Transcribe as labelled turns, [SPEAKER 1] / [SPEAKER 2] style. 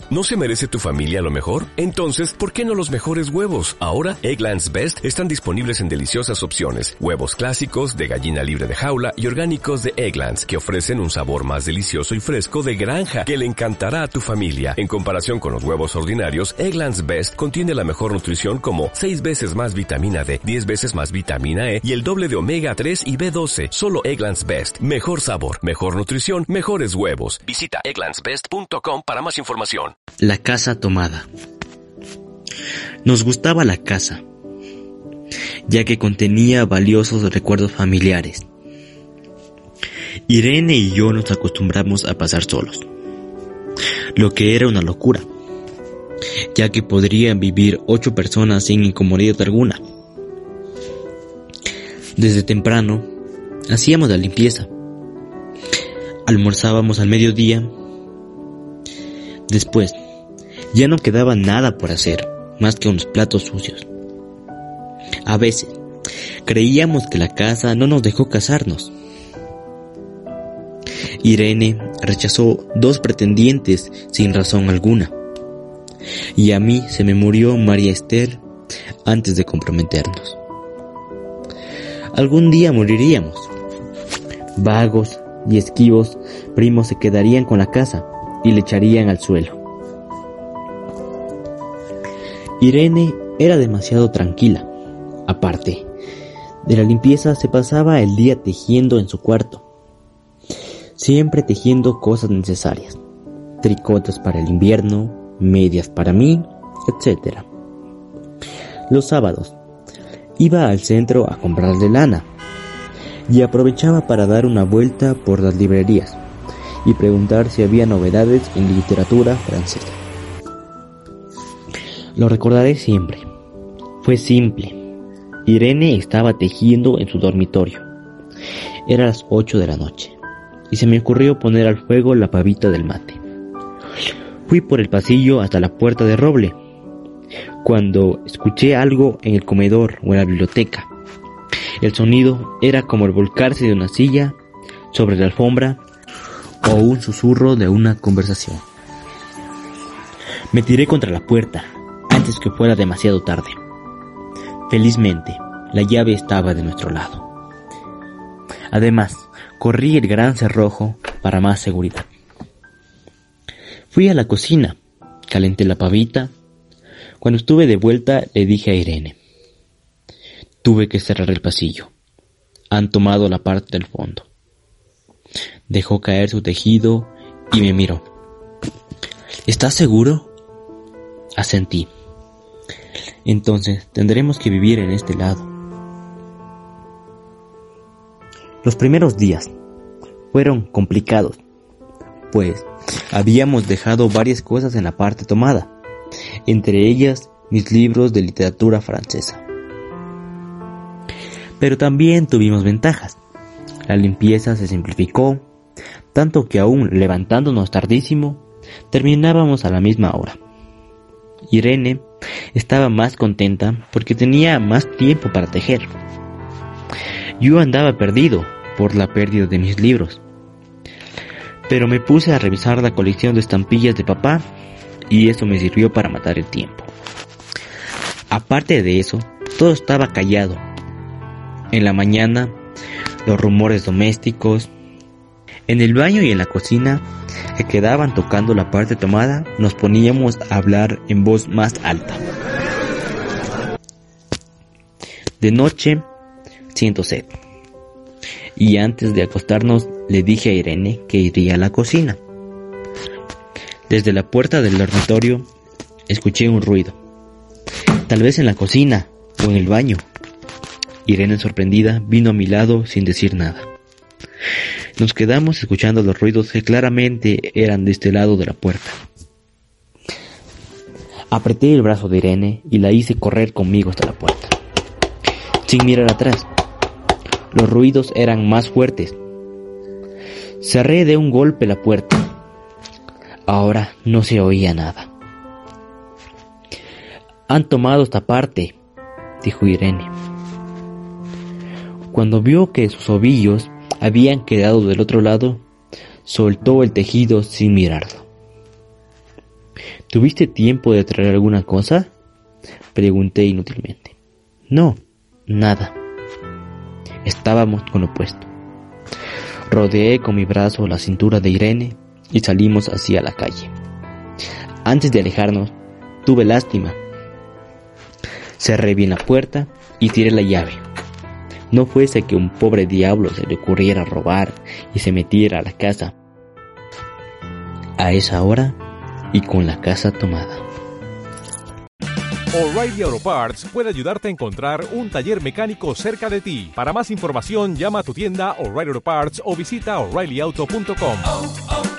[SPEAKER 1] ¿No se merece tu familia lo mejor? Entonces, ¿por qué no los mejores huevos? Ahora, Eggland's Best están disponibles en deliciosas opciones. Huevos clásicos, de gallina libre de jaula y orgánicos de Eggland's, que ofrecen un sabor más delicioso y fresco de granja que le encantará a tu familia. En comparación con los huevos ordinarios, Eggland's Best contiene la mejor nutrición como 6 veces más vitamina D, 10 veces más vitamina E y el doble de omega 3 y B12. Solo Eggland's Best. Mejor sabor, mejor nutrición, mejores huevos. Visita egglandsbest.com para más información.
[SPEAKER 2] La casa tomada. Nos gustaba la casa, ya que contenía valiosos recuerdos familiares. Irene y yo nos acostumbramos a pasar solos, lo que era una locura, ya que podrían vivir 8 personas sin incomodidad alguna. Desde temprano, hacíamos la limpieza, almorzábamos al mediodía. Después, ya no quedaba nada por hacer, más que unos platos sucios. A veces, creíamos que la casa no nos dejó casarnos. Irene rechazó 2 pretendientes sin razón alguna. Y a mí se me murió María Esther antes de comprometernos. Algún día moriríamos. Vagos y esquivos primos se quedarían con la casa y le echarían al suelo. Irene era demasiado tranquila. Aparte de la limpieza, se pasaba el día tejiendo en su cuarto. Siempre tejiendo cosas necesarias. Tricotes para el invierno, medias para mí, etc. Los sábados iba al centro a comprarle lana y aprovechaba para dar una vuelta por las librerías y preguntar si había novedades en literatura francesa. Lo recordaré siempre. Fue simple. Irene estaba tejiendo en su dormitorio. Era las 8 de la noche y se me ocurrió poner al fuego la pavita del mate. Fui por el pasillo hasta la puerta de roble, cuando escuché algo en el comedor o en la biblioteca. El sonido era como el volcarse de una silla sobre la alfombra o un susurro de una conversación. Me tiré contra la puerta antes que fuera demasiado tarde. Felizmente, la llave estaba de nuestro lado. Además, corrí el gran cerrojo para más seguridad. Fui a la cocina, calenté la pavita. Cuando estuve de vuelta, le dije a Irene: tuve que cerrar el pasillo. Han tomado la parte del fondo. Dejó caer su tejido y me miró. ¿Estás seguro? Asentí. Entonces tendremos que vivir en este lado. Los primeros días fueron complicados, pues habíamos dejado varias cosas en la parte tomada, entre ellas mis libros de literatura francesa. Pero también tuvimos ventajas. La limpieza se simplificó, tanto que aún levantándonos tardísimo, terminábamos a la misma hora. Irene estaba más contenta porque tenía más tiempo para tejer. Yo andaba perdido por la pérdida de mis libros, pero me puse a revisar la colección de estampillas de papá y eso me sirvió para matar el tiempo. Aparte de eso, todo estaba callado. En la mañana, los rumores domésticos. En el baño y en la cocina, que quedaban tocando la parte tomada, nos poníamos a hablar en voz más alta. De noche, siento sed. Y antes de acostarnos, le dije a Irene que iría a la cocina. Desde la puerta del dormitorio, escuché un ruido. Tal vez en la cocina o en el baño. Irene, sorprendida, vino a mi lado sin decir nada. Nos quedamos escuchando los ruidos que claramente eran de este lado de la puerta. Apreté el brazo de Irene y la hice correr conmigo hasta la puerta, sin mirar atrás. Los ruidos eran más fuertes. Cerré de un golpe la puerta. Ahora no se oía nada. Han tomado esta parte, dijo Irene. Cuando vio que sus ovillos habían quedado del otro lado, soltó el tejido sin mirarlo. ¿Tuviste tiempo de traer alguna cosa? Pregunté inútilmente. No, nada. Estábamos con lo puesto. Rodeé con mi brazo la cintura de Irene y salimos hacia la calle. Antes de alejarnos, tuve lástima. Cerré bien la puerta y tiré la llave. No fuese que un pobre diablo se le ocurriera robar y se metiera a la casa a esa hora y con la casa tomada.
[SPEAKER 3] O'Reilly Auto Parts puede ayudarte a encontrar un taller mecánico cerca de ti. Para más información, llama a tu tienda O'Reilly Auto Parts o visita O'ReillyAuto.com.